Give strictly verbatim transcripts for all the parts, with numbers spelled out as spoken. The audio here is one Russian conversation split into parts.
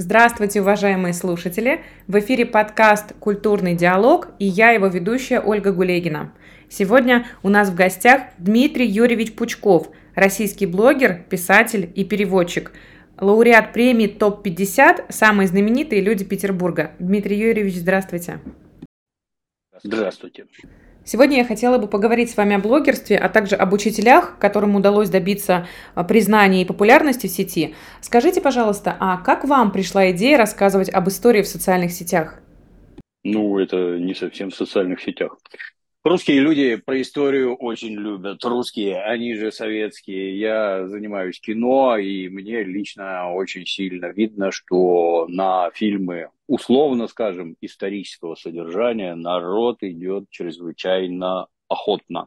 Здравствуйте, уважаемые слушатели! В эфире подкаст «Культурный диалог» и я, его ведущая Ольга Гулегина. Сегодня у нас в гостях Дмитрий Юрьевич Пучков, российский блогер, писатель и переводчик, лауреат премии топ пятьдесят «Самые знаменитые люди Петербурга». Дмитрий Юрьевич, здравствуйте! Здравствуйте! Сегодня я хотела бы поговорить с вами о блогерстве, а также об учителях, которым удалось добиться признания и популярности в сети. Скажите, пожалуйста, а как вам пришла идея рассказывать об истории в социальных сетях? Ну, это не совсем в социальных сетях. Русские люди про историю очень любят. Русские, они же советские. Я занимаюсь кино, и мне лично очень сильно видно, что на фильмы, условно скажем, исторического содержания народ идет чрезвычайно охотно.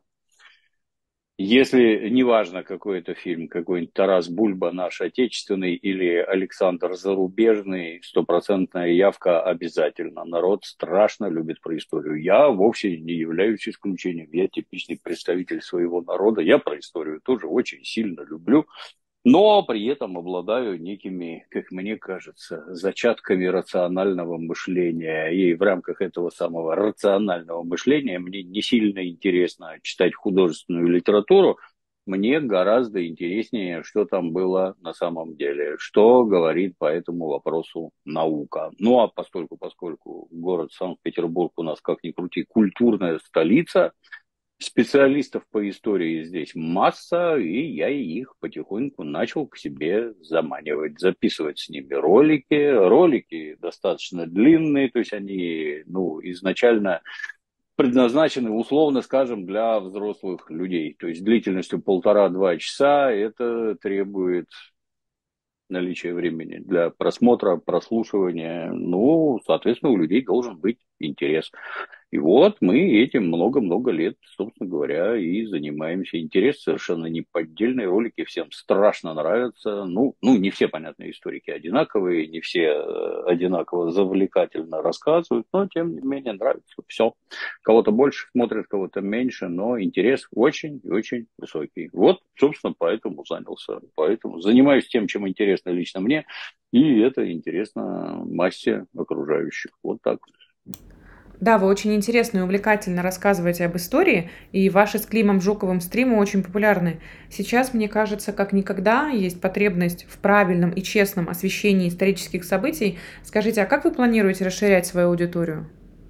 Если неважно, какой это фильм, какой-нибудь Тарас Бульба наш отечественный или Александр зарубежный, стопроцентная явка обязательно. Народ страшно любит про историю. Я вовсе не являюсь исключением. Я типичный представитель своего народа. Я про историю тоже очень сильно люблю. Но при этом обладаю некими, как мне кажется, зачатками рационального мышления. И в рамках этого самого рационального мышления мне не сильно интересно читать художественную литературу. Мне гораздо интереснее, что там было на самом деле, что говорит по этому вопросу наука. Ну а поскольку, поскольку город Санкт-Петербург у нас, как ни крути, культурная столица, специалистов по истории здесь масса, и я их потихоньку начал к себе заманивать, записывать с ними ролики. Ролики достаточно длинные, то есть они, ну, изначально предназначены, условно скажем, для взрослых людей. То есть длительностью полтора-два часа это требует наличия времени для просмотра, прослушивания. Ну, соответственно, у людей должен быть интерес. И вот мы этим много-много лет, собственно говоря, и занимаемся. Интерес совершенно неподдельный, ролики всем страшно нравятся. Ну, ну, не все, понятно, историки одинаковые, не все одинаково завлекательно рассказывают, но, тем не менее, нравится все. Кого-то больше смотрят, кого-то меньше, но интерес очень и очень высокий. Вот, собственно, поэтому занялся. Поэтому занимаюсь тем, чем интересно лично мне, и это интересно массе окружающих. Вот так. Да, вы очень интересно и увлекательно рассказываете об истории, и ваши с Климом Жуковым стримы очень популярны. Сейчас, мне кажется, как никогда есть потребность в правильном и честном освещении исторических событий. Скажите, а как вы планируете расширять свою аудиторию?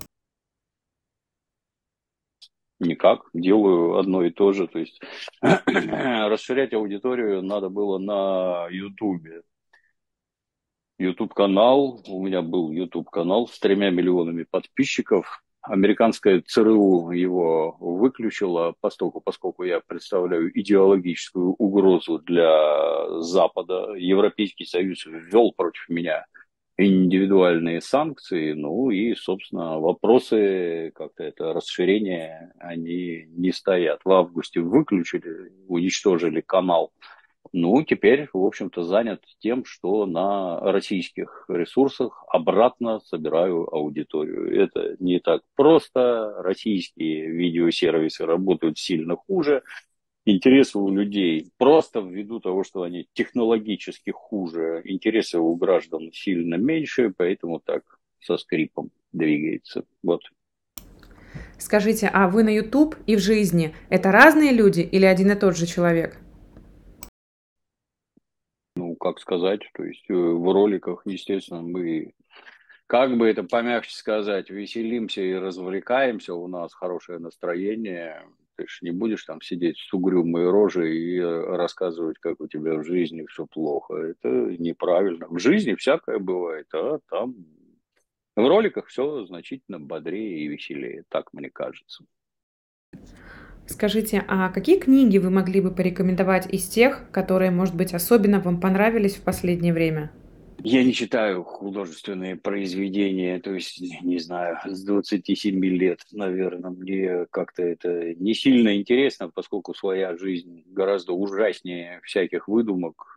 Никак, делаю одно и то же. То есть расширять аудиторию надо было на Ютубе. YouTube-канал, у меня был YouTube-канал с тремя миллионами подписчиков. Американская ЦРУ его выключила, поскольку, поскольку я представляю идеологическую угрозу для Запада. Европейский Союз ввел против меня индивидуальные санкции, ну и, собственно, вопросы как-то это расширение, они не стоят. В августе выключили, уничтожили канал. Ну, теперь, в общем-то, занят тем, что на российских ресурсах обратно собираю аудиторию. Это не так просто. Российские видеосервисы работают сильно хуже. Интересы у людей просто ввиду того, что они технологически хуже, интересы у граждан сильно меньше, поэтому так со скрипом двигается. Вот. Скажите, а вы на YouTube и в жизни это разные люди или один и тот же человек? Ну, как сказать, то есть в роликах, естественно, мы, как бы это помягче сказать, веселимся и развлекаемся, у нас хорошее настроение. Ты же не будешь там сидеть с угрюмой рожей и рассказывать, как у тебя в жизни все плохо. Это неправильно. В жизни всякое бывает, а там в роликах все значительно бодрее и веселее, так мне кажется. Скажите, а какие книги вы могли бы порекомендовать из тех, которые, может быть, особенно вам понравились в последнее время? Я не читаю художественные произведения, то есть, не знаю, с двадцати семи лет, наверное, мне как-то это не сильно интересно, поскольку своя жизнь гораздо ужаснее всяких выдумок,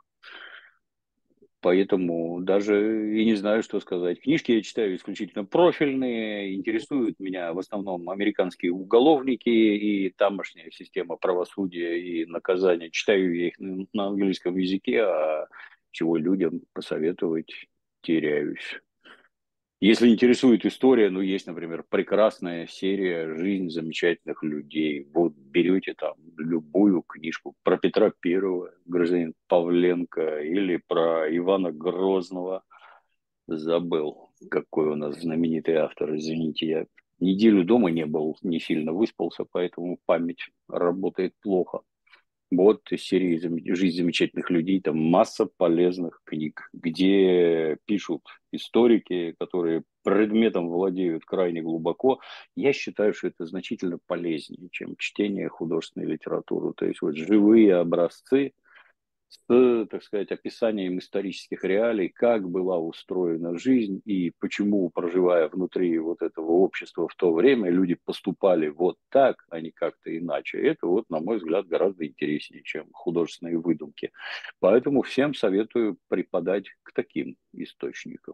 поэтому даже и не знаю, что сказать. Книжки я читаю исключительно профильные, интересуют меня в основном американские уголовники и тамошняя система правосудия и наказания. Читаю я их на английском языке, а чего людям посоветовать, теряюсь. Если интересует история, ну, есть, например, прекрасная серия «Жизнь замечательных людей». Вот берете там любую книжку про Петра Первого, гражданин Павленко, или про Ивана Грозного. Забыл, какой у нас знаменитый автор, извините, я неделю дома не был, не сильно выспался, поэтому память работает плохо. Вот из серии «Зам- «Жизнь замечательных людей», там масса полезных книг, где пишут историки, которые предметом владеют крайне глубоко. Я считаю, что это значительно полезнее, чем чтение художественной литературы. То есть вот живые образцы с, так сказать, описанием исторических реалий, как была устроена жизнь и почему, проживая внутри вот этого общества в то время, люди поступали вот так, а не как-то иначе. Это вот, на мой взгляд, гораздо интереснее, чем художественные выдумки. Поэтому всем советую преподать к таким источникам.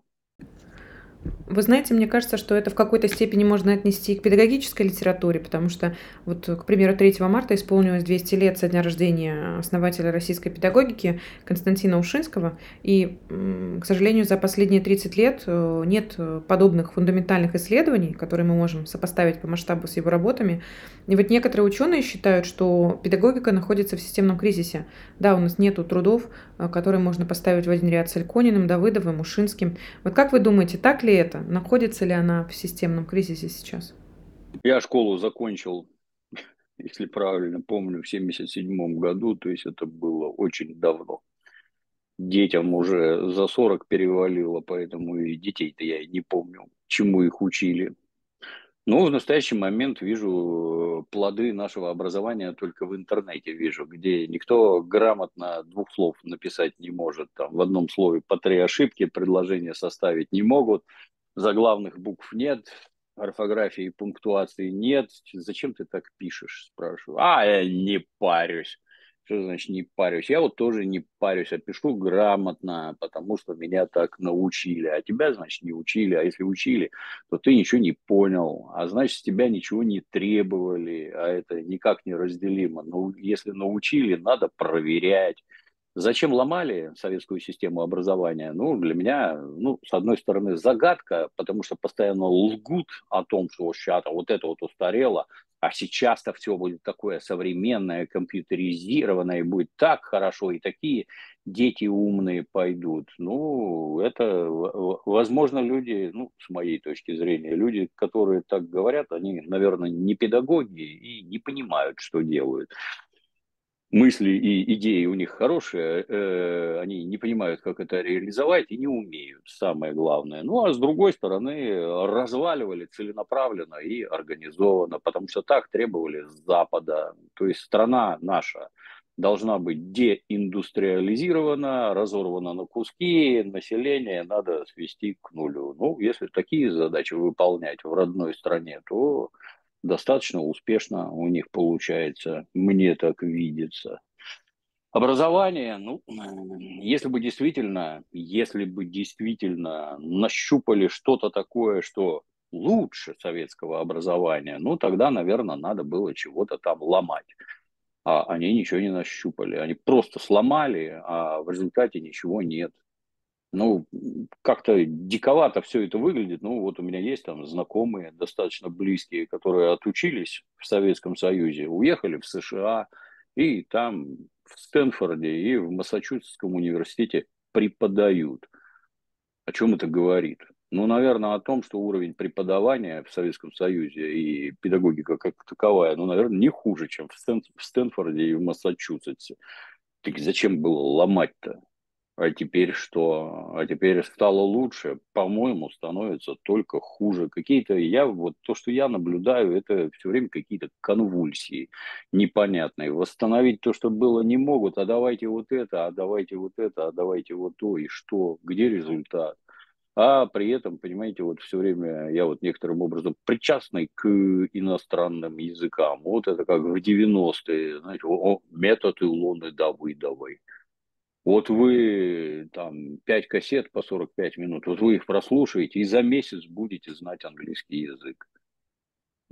Вы знаете, мне кажется, что это в какой-то степени можно отнести и к педагогической литературе, потому что, вот, к примеру, третьего марта исполнилось двести лет со дня рождения основателя российской педагогики Константина Ушинского, и, м, к сожалению, за последние тридцать лет э, нет э, подобных фундаментальных исследований, которые мы можем сопоставить по масштабу с его работами. И вот некоторые ученые считают, что педагогика находится в системном кризисе. Да, у нас нету трудов, э, которые можно поставить в один ряд с Алькониным, Давыдовым, Ушинским. Вот как вы думаете, так ли это? Находится ли она в системном кризисе сейчас? Я школу закончил, если правильно помню, в семьдесят седьмом году, то есть это было очень давно. Детям уже за сорок перевалило, поэтому и детей-то я и не помню, чему их учили. Но в настоящий момент вижу э, плоды нашего образования только в интернете вижу, где никто грамотно двух слов написать не может. Там в одном слове по три ошибки, предложение составить не могут, заглавных букв нет, орфографии и пунктуации нет. Зачем ты так пишешь, спрашиваю. А, я не парюсь. Что значит не парюсь? Я вот тоже не парюсь, а пишу грамотно, потому что меня так научили. А тебя, значит, не учили. А если учили, то ты ничего не понял. А значит, с тебя ничего не требовали. А это никак не разделимо. Но если научили, надо проверять. Зачем ломали советскую систему образования? Ну, для меня, ну, с одной стороны, загадка, потому что постоянно лгут о том, что сейчас вот это вот устарело, а сейчас-то все будет такое современное, компьютеризированное, и будет так хорошо, и такие дети умные пойдут. Ну, это, возможно, люди, ну, с моей точки зрения, люди, которые так говорят, они, наверное, не педагоги и не понимают, что делают. Мысли и идеи у них хорошие, э, они не понимают, как это реализовать и не умеют, самое главное. Ну, а с другой стороны, разваливали целенаправленно и организованно, потому что так требовали с Запада. То есть страна наша должна быть деиндустриализирована, разорвана на куски, население надо свести к нулю. Ну, если такие задачи выполнять в родной стране, то достаточно успешно у них получается, мне так видится. Образование, ну, если бы действительно, если бы действительно нащупали что-то такое, что лучше советского образования, ну, тогда, наверное, надо было чего-то там ломать. А они ничего не нащупали. Они просто сломали, а в результате ничего нет. Ну, как-то диковато все это выглядит. Ну, вот у меня есть там знакомые, достаточно близкие, которые отучились в Советском Союзе, уехали в США, и там в Стэнфорде и в Массачусетском университете преподают. О чем это говорит? Ну, наверное, о том, что уровень преподавания в Советском Союзе и педагогика как таковая, ну, наверное, не хуже, чем в, Стэн- в Стэнфорде и в Массачусетсе. Так зачем было ломать-то? А теперь что? А теперь стало лучше? По-моему, становится только хуже. Какие-то, я вот то, что я наблюдаю, это все время какие-то конвульсии непонятные. Восстановить то, что было, не могут. А давайте вот это, а давайте вот это, а давайте вот то. И что? Где результат? А при этом, понимаете, вот все время я вот некоторым образом причастный к иностранным языкам. Вот это как в девяностые, знаете, о, метод Илоны Давыдовой. Вот вы там пять кассет по сорок пять минут, вот вы их прослушаете и за месяц будете знать английский язык.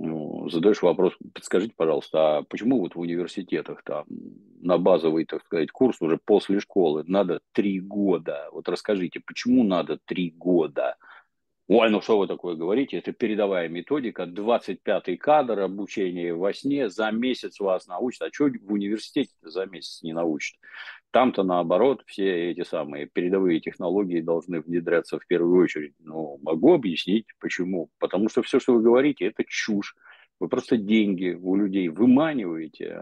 Ну, задаешь вопрос, подскажите, пожалуйста, а почему вот в университетах там на базовый, так сказать, курс уже после школы надо три года? Вот расскажите, почему надо три года? Ой, ну что вы такое говорите? Это передовая методика, двадцать пятый кадр, обучение во сне, за месяц вас научат. А что в университете за месяц не научат? Там-то наоборот, все эти самые передовые технологии должны внедряться в первую очередь. Ну, могу объяснить, почему. Потому что все, что вы говорите, это чушь. Вы просто деньги у людей выманиваете,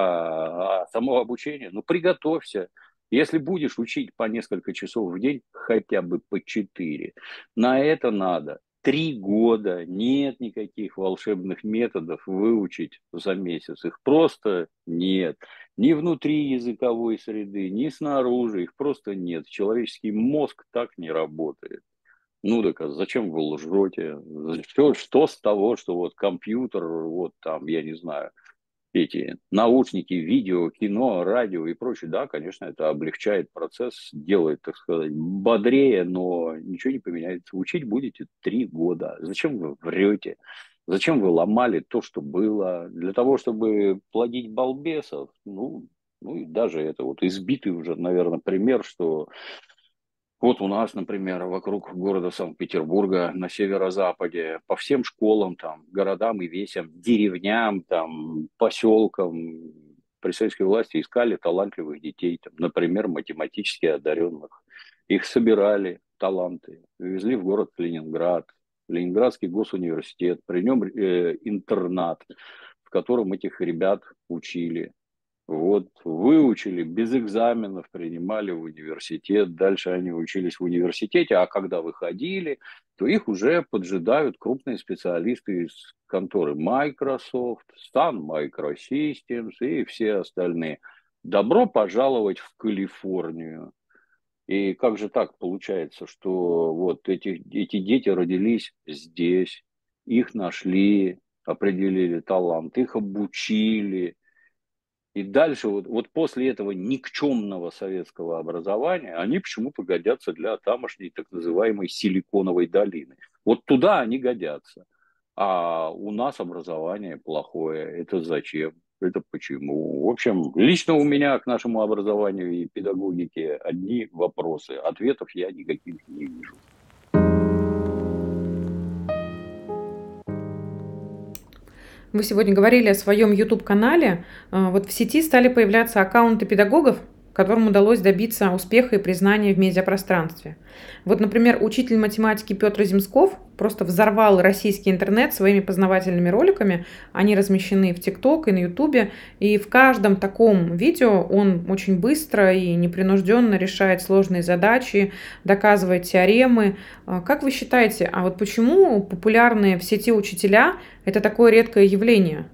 а, а само обучение, ну, приготовься. Если будешь учить по несколько часов в день, хотя бы по четыре, на это надо три года. Нет никаких волшебных методов выучить за месяц. Их просто нет. Ни внутри языковой среды, ни снаружи. Их просто нет. Человеческий мозг так не работает. Ну так а зачем вы лжете? Что, что с того, что вот компьютер, вот там, я не знаю, эти наушники, видео, кино, радио и прочее, да, конечно, это облегчает процесс, делает, так сказать, бодрее, но ничего не поменяется. Учить будете три года. Зачем вы врете? Зачем вы ломали то, что было? Для того, чтобы плодить балбесов? Ну, ну и даже это вот избитый уже, наверное, пример, что вот у нас, например, вокруг города Санкт-Петербурга на северо-западе по всем школам, там, городам и весям, деревням, там, поселкам при советской власти искали талантливых детей, там, например, математически одаренных. Их собирали, таланты, везли в город Ленинград, Ленинградский госуниверситет, при нем э, интернат, в котором этих ребят учили. Вот, выучили, без экзаменов принимали в университет, дальше они учились в университете, а когда выходили, то их уже поджидают крупные специалисты из конторы Microsoft, Sun Microsystems и все остальные. Добро пожаловать в Калифорнию. И как же так получается, что вот эти, эти дети родились здесь, их нашли, определили талант, их обучили, и дальше вот, вот после этого никчемного советского образования они почему-то годятся для тамошней так называемой силиконовой долины. Вот туда они годятся. А у нас образование плохое. Это зачем? Это почему? В общем, лично у меня к нашему образованию и педагогике одни вопросы. Ответов я никаких не вижу. Вы сегодня говорили о своем YouTube-канале. А, Вот в сети стали появляться аккаунты педагогов, которым удалось добиться успеха и признания в медиапространстве. Вот, например, учитель математики Петр Земсков просто взорвал российский интернет своими познавательными роликами. Они размещены в ТикТок и на Ютубе. И в каждом таком видео он очень быстро и непринужденно решает сложные задачи, доказывает теоремы. А, Как вы считаете, а вот почему популярные в сети учителя– это такое редкое явление?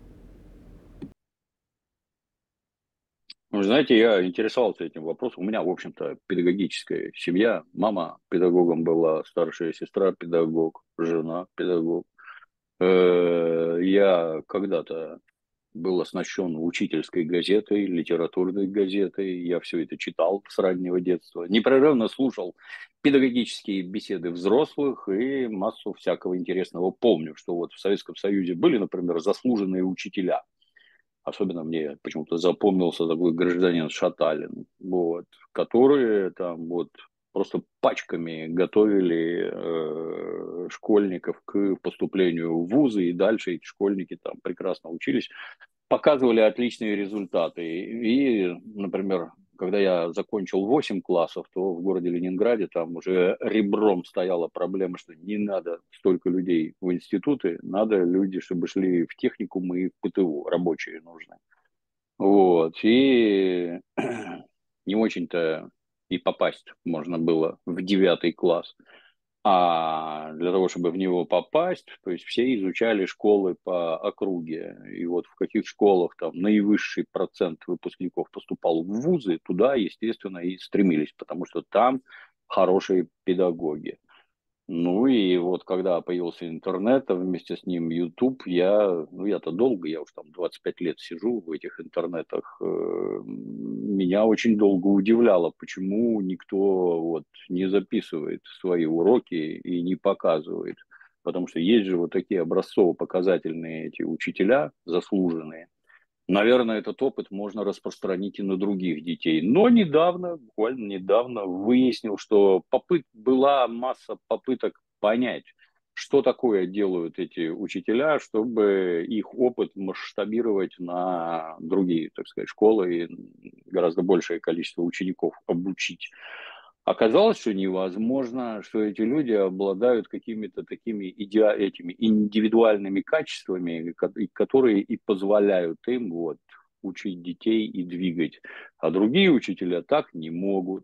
Вы знаете, я интересовался этим вопросом. У меня, в общем-то, педагогическая семья. Мама педагогом была, старшая сестра педагог, жена педагог. Э, Я когда-то был оснащен учительской газетой, литературной газетой. Я все это читал с раннего детства. Непрерывно слушал педагогические беседы взрослых и массу всякого интересного. Помню, что вот в Советском Союзе были, например, заслуженные учителя. Особенно мне почему-то запомнился такой гражданин Шаталин, вот, которые там вот просто пачками готовили э, школьников к поступлению в вузы, и дальше эти школьники там прекрасно учились, показывали отличные результаты. И, например, когда я закончил восемь классов, то в городе Ленинграде там уже ребром стояла проблема, что не надо столько людей в институты, надо люди, чтобы шли в техникум и в ПТУ, рабочие нужны. Вот. И не очень-то и попасть можно было в девятый класс. А для того, чтобы в него попасть, то есть все изучали школы по округе. И вот в каких школах там наивысший процент выпускников поступал в вузы, туда, естественно, и стремились, потому что там хорошие педагоги. Ну и вот когда появился интернет, а вместе с ним YouTube, я, ну я-то долго, я уж там двадцать пять лет сижу в этих интернетах, э, меня очень долго удивляло, почему никто вот не записывает свои уроки и не показывает. потому что есть же вот такие образцово-показательные эти учителя заслуженные. Наверное, этот опыт можно распространить и на других детей. Но недавно, буквально недавно, выяснил, что попыт, была масса попыток понять, что такое делают эти учителя, чтобы их опыт масштабировать на другие, так сказать, школы и гораздо большее количество учеников обучить. Оказалось, что невозможно, что эти люди обладают какими-то такими идеа- этими индивидуальными качествами, ко- и которые и позволяют им вот, учить детей и двигать. А другие учителя так не могут.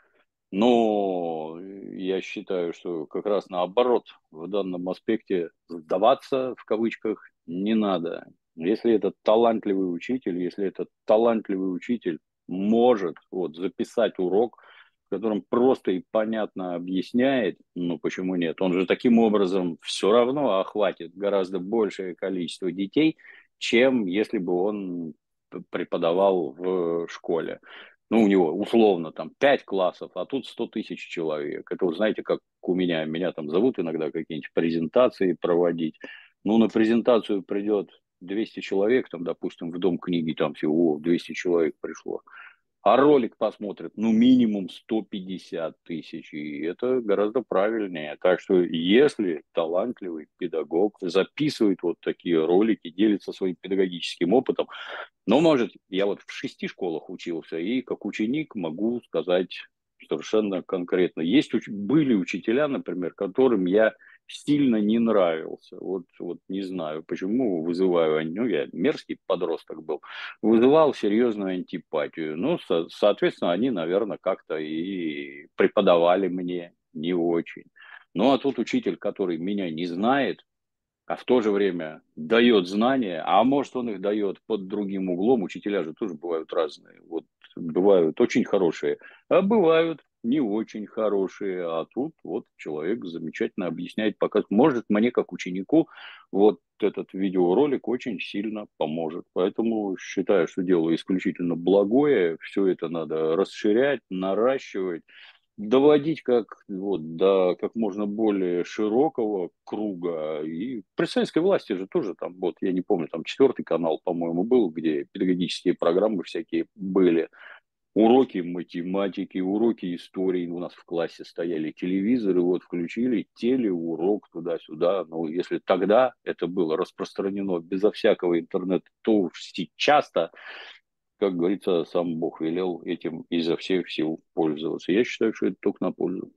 Но я считаю, что как раз наоборот, в данном аспекте сдаваться в кавычках не надо. Если этот талантливый учитель, если этот талантливый учитель может вот, записать урок, в котором просто и понятно объясняет, ну почему нет? Он же таким образом все равно охватит гораздо большее количество детей, чем если бы он преподавал в школе. Ну, у него условно там пять классов, а тут сто тысяч человек. Это, вот знаете, как у меня, меня там зовут иногда какие-нибудь презентации проводить. Ну, на презентацию придет двести человек, там, допустим, в Дом книги, там всего двести человек пришло. А ролик посмотрят, ну, минимум сто пятьдесят тысяч, и это гораздо правильнее. Так что, если талантливый педагог записывает вот такие ролики, делится своим педагогическим опытом, но, может, я вот в шести школах учился, и как ученик могу сказать совершенно конкретно. Есть, уч- были учителя, например, которым я сильно не нравился. Вот, вот не знаю, почему вызываю, ну, я мерзкий подросток был, вызывал серьезную антипатию. Ну, со- соответственно, они, наверное, как-то и преподавали мне не очень. Ну, а тут учитель, который меня не знает, а в то же время дает знания, а может он их дает под другим углом. Учителя же тоже бывают разные. Вот бывают очень хорошие, а бывают не очень хорошие. А тут вот человек замечательно объясняет, показывает. Может, мне как ученику вот этот видеоролик очень сильно поможет. Поэтому считаю, что дело исключительно благое. Все это надо расширять, наращивать, доводить как, вот, до как можно более широкого круга. И при советской власти же тоже там, вот, я не помню, там четвертый канал, по-моему, был, где педагогические программы всякие были. Уроки математики, уроки истории. У нас в классе стояли телевизоры, вот включили телеурок туда-сюда. Ну, если тогда это было распространено безо всякого интернета, то уж сейчас-то, как говорится, сам Бог велел этим изо всех сил пользоваться. Я считаю, что это только на пользу.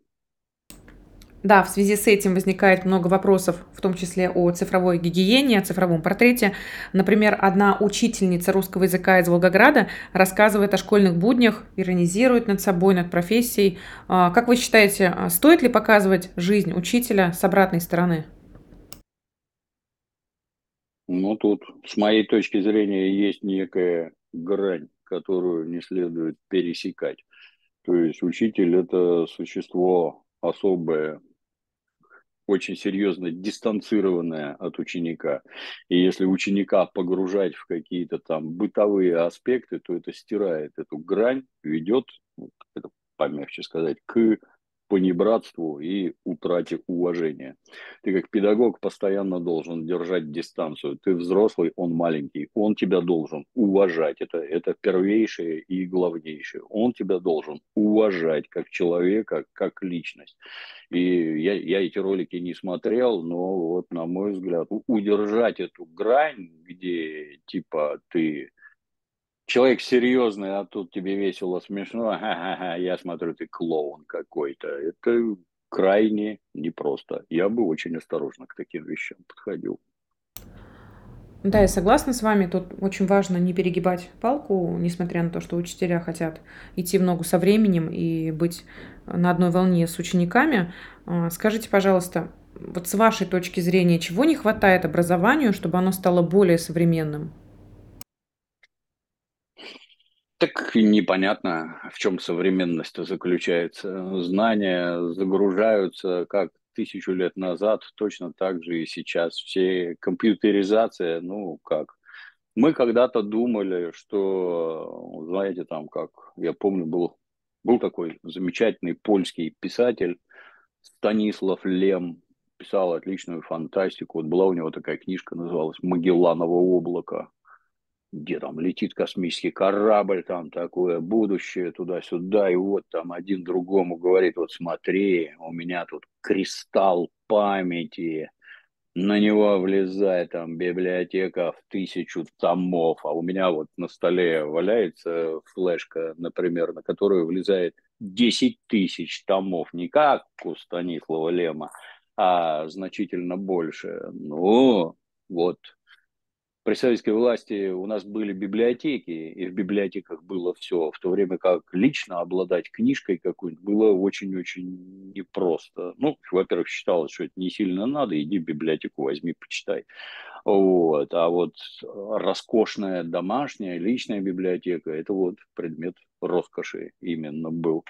Да, в связи с этим возникает много вопросов, в том числе о цифровой гигиене, о цифровом портрете. Например, одна учительница русского языка из Волгограда рассказывает о школьных буднях, иронизирует над собой, над профессией. А, Как вы считаете, а стоит ли показывать жизнь учителя с обратной стороны? Но тут, с моей точки зрения, есть некая грань, которую не следует пересекать. То есть учитель – это существо особое, очень серьезно дистанцированная от ученика. И если ученика погружать в какие-то там бытовые аспекты, то это стирает эту грань, ведет, ну, это помягче сказать, к понебратству и утрате уважения. Ты как педагог постоянно должен держать дистанцию. Ты взрослый, он маленький. Он тебя должен уважать. Это, это первейшее и главнейшее. Он тебя должен уважать как человека, как личность. И я, я эти ролики не смотрел, но вот, на мой взгляд, у- удержать эту грань, где типа ты человек серьезный, а тут тебе весело, смешно, ха-ха-ха, я смотрю, ты клоун какой-то. Это крайне непросто. Я бы очень осторожно к таким вещам подходил. Да, я согласна с вами. Тут очень важно не перегибать палку, несмотря на то, что учителя хотят идти в ногу со временем и быть на одной волне с учениками. А, Скажите, пожалуйста, вот с вашей точки зрения, чего не хватает образованию, чтобы оно стало более современным? Так непонятно, в чем современность заключается. Знания загружаются как тысячу лет назад, точно так же и сейчас. Все компьютеризация, ну как. Мы когда-то думали, что, знаете, там как, я помню, был, был такой замечательный польский писатель Станислав Лем. писал отличную фантастику. Вот была у него такая книжка, называлась «Магелланово облако», где там летит космический корабль, там такое будущее туда-сюда, и вот там один другому говорит: вот смотри, у меня тут кристалл памяти, на него влезает там библиотека в тысячу томов, а у меня вот на столе валяется флешка, например, на которую влезает десять тысяч томов, не как у Станислава Лема, а значительно больше. Ну, вот при советской власти у нас были библиотеки, и в библиотеках было все, в то время как лично обладать книжкой какой-нибудь было очень-очень непросто. Ну, во-первых, считалось, что это не сильно надо, иди в библиотеку, возьми, почитай. Вот. А вот роскошная домашняя личная библиотека – это вот предмет роскоши именно был.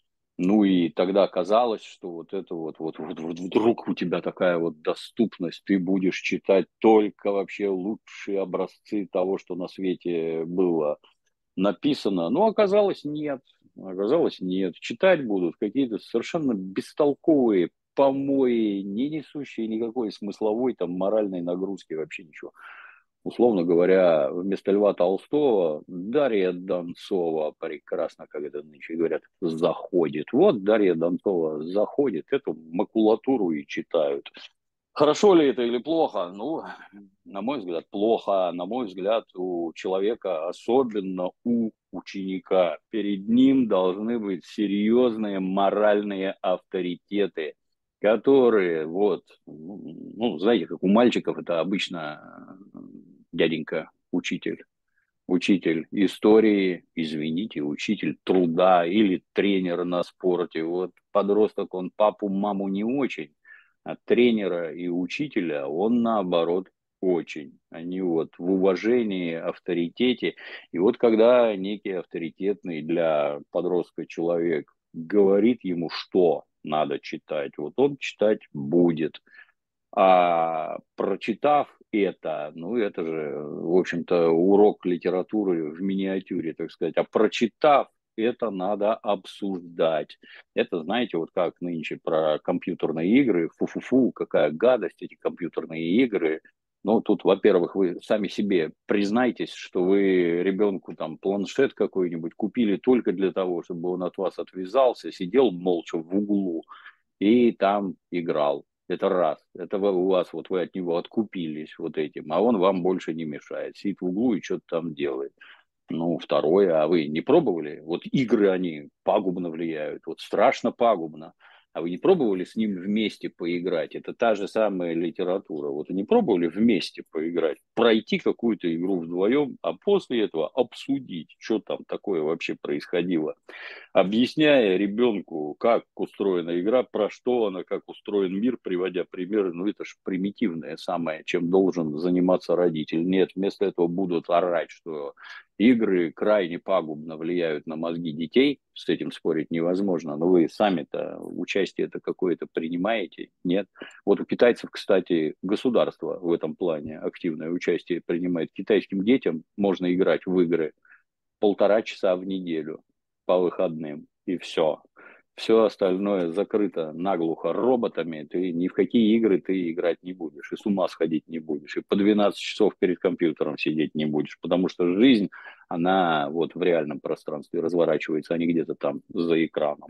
Ну и тогда казалось, что вот это вот, вот, вот, вот вдруг у тебя такая вот доступность, ты будешь читать только вообще лучшие образцы того, что на свете было написано. Но оказалось нет, оказалось нет. Читать будут какие-то совершенно бестолковые помои, не несущие никакой смысловой, там, моральной нагрузки, вообще ничего. Условно говоря, вместо Льва Толстого Дарья Донцова, прекрасно, как это нынче говорят, заходит. Вот Дарья Донцова заходит, эту макулатуру и читают. Хорошо ли это или плохо? Ну, на мой взгляд, плохо. На мой взгляд, у человека, особенно у ученика, перед ним должны быть серьезные моральные авторитеты, которые, вот, ну, знаете, как у мальчиков, это обычно дяденька, учитель, учитель истории, извините, учитель труда или тренер на спорте. Вот подросток, он папу, маму не очень, а тренера и учителя он наоборот очень. Они вот в уважении, авторитете. И вот когда некий авторитетный для подростка человек говорит ему, что надо читать, вот он читать будет. А прочитав это, ну это же, в общем-то, урок литературы в миниатюре, так сказать. А прочитав это надо обсуждать. Это, знаете, вот как нынче про компьютерные игры, фу-фу-фу, какая гадость эти компьютерные игры. Ну, тут, во-первых, вы сами себе признайтесь, что вы ребенку там планшет какой-нибудь купили только для того, чтобы он от вас отвязался, сидел молча в углу и там играл. Это раз. Это вы, у вас, вот вы от него откупились вот этим, а он вам больше не мешает. Сидит в углу и что-то там делает. Ну, второе, а вы не пробовали? Вот игры, они пагубно влияют, вот страшно пагубно. А вы не пробовали с ним вместе поиграть? Это та же самая литература. Вот вы не пробовали вместе поиграть, пройти какую-то игру вдвоем, а после этого обсудить, что там такое вообще происходило, объясняя ребенку, как устроена игра, про что она, как устроен мир, приводя примеры. Ну, это же примитивное самое, чем должен заниматься родитель. Нет, вместо этого будут орать, что игры крайне пагубно влияют на мозги детей. С этим спорить невозможно. Но вы сами-то участие-то какое-то принимаете? Нет. Вот у китайцев, кстати, государство в этом плане активное участие принимает. Китайским детям можно играть в игры полтора часа в неделю по выходным, и все. Все остальное закрыто наглухо роботами, ты ни в какие игры ты играть не будешь, и с ума сходить не будешь, и по двенадцать часов перед компьютером сидеть не будешь, потому что жизнь, она вот в реальном пространстве разворачивается, а не где-то там за экраном.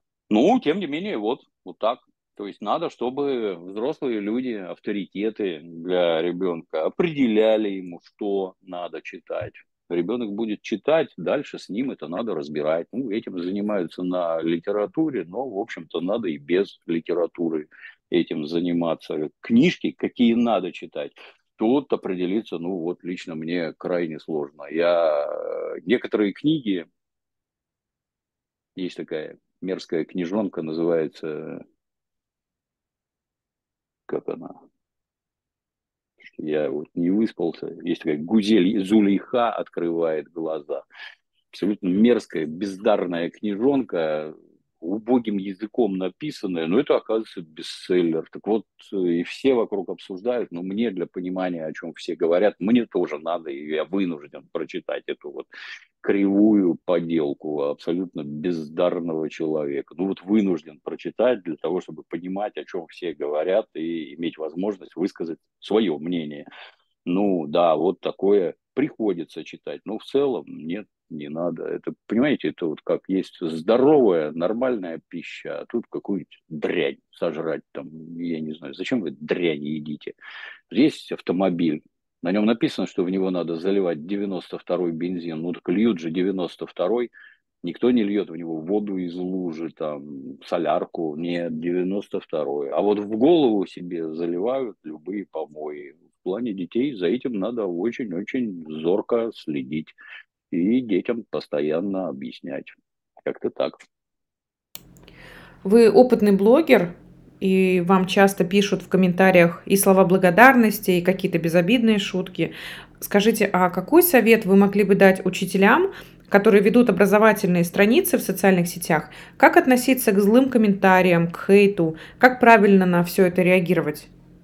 Ну, тем не менее, вот, вот так. То есть надо, чтобы взрослые люди, авторитеты для ребенка определяли ему, что надо читать. Ребенок будет читать, дальше с ним это надо разбирать. Ну, этим занимаются на литературе, но, в общем-то, надо и без литературы этим заниматься. Книжки, какие надо читать, тут определиться, ну, вот лично мне крайне сложно. Я э, некоторые книги, есть такая мерзкая книжонка, называется, как она, я вот не выспался, есть такая Гузель Зулейха открывает глаза. Абсолютно мерзкая, бездарная книжонка, убогим языком написанная, но это, оказывается, бестселлер. Так вот, и все вокруг обсуждают, но мне для понимания, о чем все говорят, мне тоже надо, и я вынужден прочитать эту вот кривую поделку абсолютно бездарного человека. Ну вот вынужден прочитать для того, чтобы понимать, о чем все говорят и иметь возможность высказать свое мнение. Ну да, вот такое приходится читать. Но в целом нет, не надо. Это, понимаете, это вот как есть здоровая, нормальная пища, а тут какую-нибудь дрянь сожрать там, я не знаю, зачем вы дрянь едите? Есть автомобиль, на нем написано, что в него надо заливать девяносто второй бензин, ну так льют же девяносто второй, никто не льет в него воду из лужи, там, солярку, нет, девяносто второй. А вот в голову себе заливают любые помои. В плане детей за этим надо очень-очень зорко следить и детям постоянно объяснять. Как-то так. Вы опытный блогер, и вам часто пишут в комментариях и слова благодарности, и какие-то безобидные шутки. Скажите, а какой совет вы могли бы дать учителям, которые ведут образовательные страницы в социальных сетях? Как относиться к злым комментариям, к хейту? Как правильно на все это реагировать?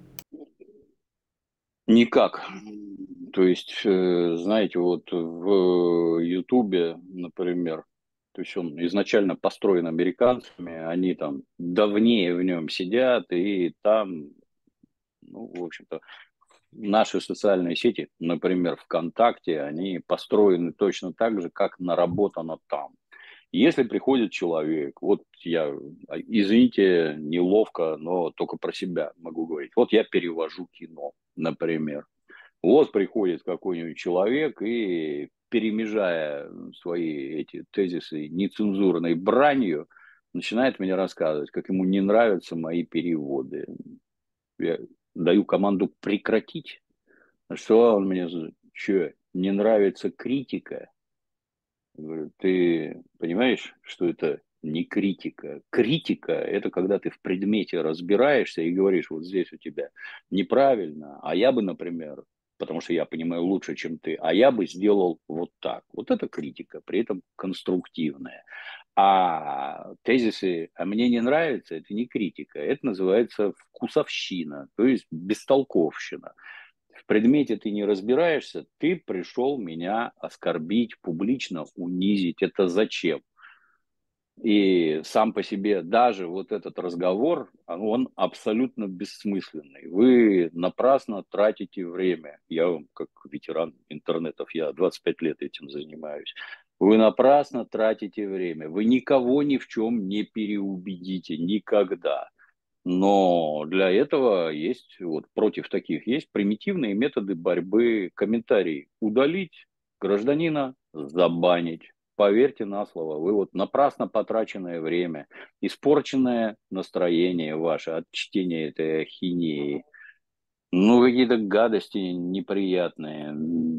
Никак. То есть, э, знаете, вот в Ютубе, например, то есть он изначально построен американцами, они там давнее в нем сидят, и там, ну, в общем-то, наши социальные сети, например, ВКонтакте, они построены точно так же, как наработано там. Если приходит человек, вот я, а, извините, неловко, но только про себя могу говорить. Вот я перевожу кино, например. Вот приходит какой-нибудь человек и, перемежая свои эти тезисы нецензурной бранью, начинает мне рассказывать, как ему не нравятся мои переводы. Я даю команду прекратить. На что он мне, что, не нравится критика? Я говорю, ты понимаешь, что это не критика? Критика – это когда ты в предмете разбираешься и говоришь, вот здесь у тебя неправильно, а я бы, например, потому что я понимаю лучше, чем ты, а я бы сделал вот так. Вот это критика, при этом конструктивная. А тезисы «а мне не нравится» – это не критика, это называется вкусовщина, то есть бестолковщина. В предмете ты не разбираешься, ты пришел меня оскорбить, публично унизить. Это зачем? И сам по себе даже вот этот разговор, он абсолютно бессмысленный. Вы напрасно тратите время. Я вам, как ветеран интернетов, я двадцать пять лет этим занимаюсь. Вы напрасно тратите время. Вы никого ни в чем не переубедите никогда. Но для этого есть, вот против таких есть примитивные методы борьбы. Комментарий удалить, гражданина забанить. Поверьте на слово, вы вот напрасно потраченное время, испорченное настроение ваше от чтения этой ахинеи, ну какие-то гадости неприятные,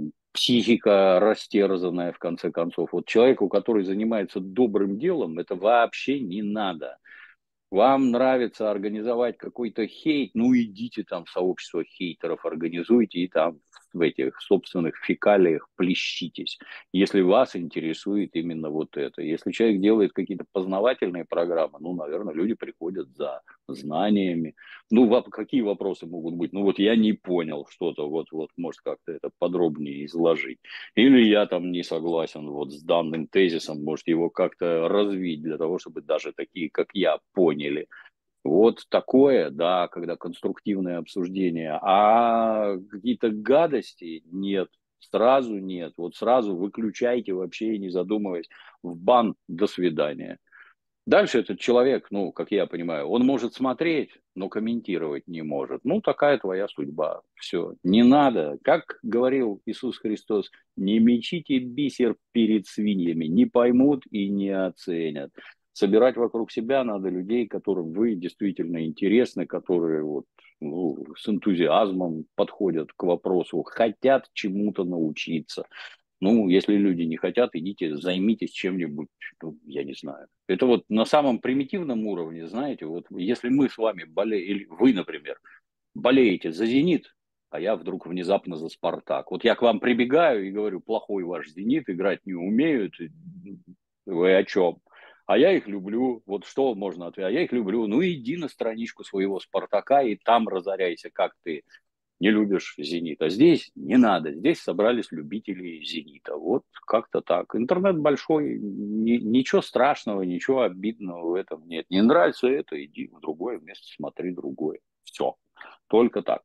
психика растерзанная в конце концов. Вот человеку, который занимается добрым делом, это вообще не надо. Вам нравится организовать какой-то хейт, ну идите там в сообщество хейтеров, организуйте и там в этих собственных фекалиях плещитесь, если вас интересует именно вот это. Если человек делает какие-то познавательные программы, ну, наверное, люди приходят за знаниями. Ну, воп- какие вопросы могут быть? Ну, вот я не понял что-то, вот, вот, может, как-то это подробнее изложить. Или я там не согласен вот с данным тезисом, может его как-то развить для того, чтобы даже такие, как я, поняли. Вот такое, да, когда конструктивное обсуждение. А какие-то гадости нет, сразу нет. Вот сразу выключайте вообще, не задумываясь, в бан, до свидания. Дальше этот человек, ну, как я понимаю, он может смотреть, но комментировать не может. Ну, такая твоя судьба. Все. Не надо, как говорил Иисус Христос, не мечите бисер перед свиньями, не поймут и не оценят. Собирать вокруг себя надо людей, которым вы действительно интересны, которые вот, ну, с энтузиазмом подходят к вопросу, хотят чему-то научиться. Ну, если люди не хотят, идите, займитесь чем-нибудь, ну, я не знаю. Это вот на самом примитивном уровне, знаете, вот если мы с вами болеем, или вы, например, болеете за «Зенит», а я вдруг внезапно за «Спартак». Вот я к вам прибегаю и говорю, плохой ваш «Зенит», играть не умеют, вы о чем? А я их люблю. Вот что можно ответить? А я их люблю. Ну, иди на страничку своего «Спартака» и там разоряйся, как ты. не любишь «Зенит». А здесь не надо, здесь собрались любители «Зенита». Вот как-то так. Интернет большой, ни- ничего страшного, ничего обидного в этом нет. Не нравится это, иди в другое место, смотри другое. Все, только так.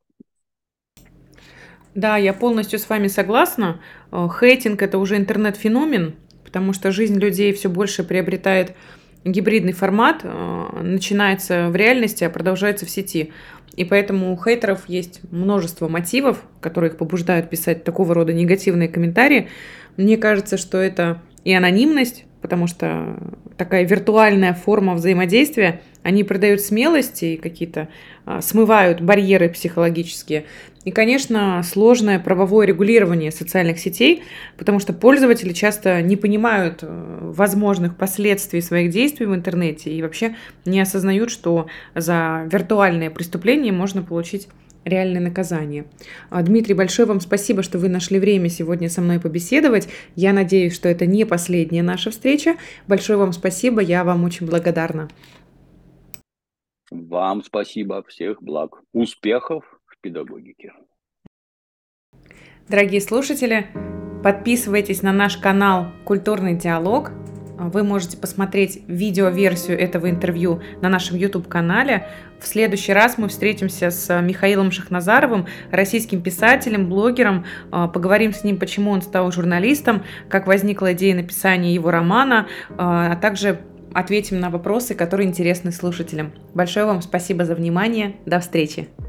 Да, я полностью с вами согласна. Э, Хейтинг– это уже интернет-феномен, потому что жизнь людей все больше приобретает гибридный формат, э, начинается в реальности, а продолжается в сети. И поэтому у хейтеров есть множество мотивов, которые их побуждают писать такого рода негативные комментарии. Мне кажется, что это и анонимность, потому что такая виртуальная форма взаимодействия, они придают смелости и какие-то а, смывают барьеры психологические. И, конечно, сложное правовое регулирование социальных сетей, потому что пользователи часто не понимают э, возможных последствий своих действий в интернете и вообще не осознают, что за виртуальное преступление можно получить реальное наказание. А, Дмитрий, большое вам спасибо, что вы нашли время сегодня со мной побеседовать. Я надеюсь, что это не последняя наша встреча. Большое вам спасибо, я вам очень благодарна. Вам спасибо, всех благ, успехов в педагогике. Дорогие слушатели, подписывайтесь на наш канал «Культурный диалог». Вы можете посмотреть видеоверсию этого интервью на нашем YouTube-канале. В следующий раз мы встретимся с Михаилом Шахназаровым, российским писателем, блогером. Поговорим с ним, почему он стал журналистом, как возникла идея написания его романа, а также ответим на вопросы, которые интересны слушателям. Большое вам спасибо за внимание. До встречи!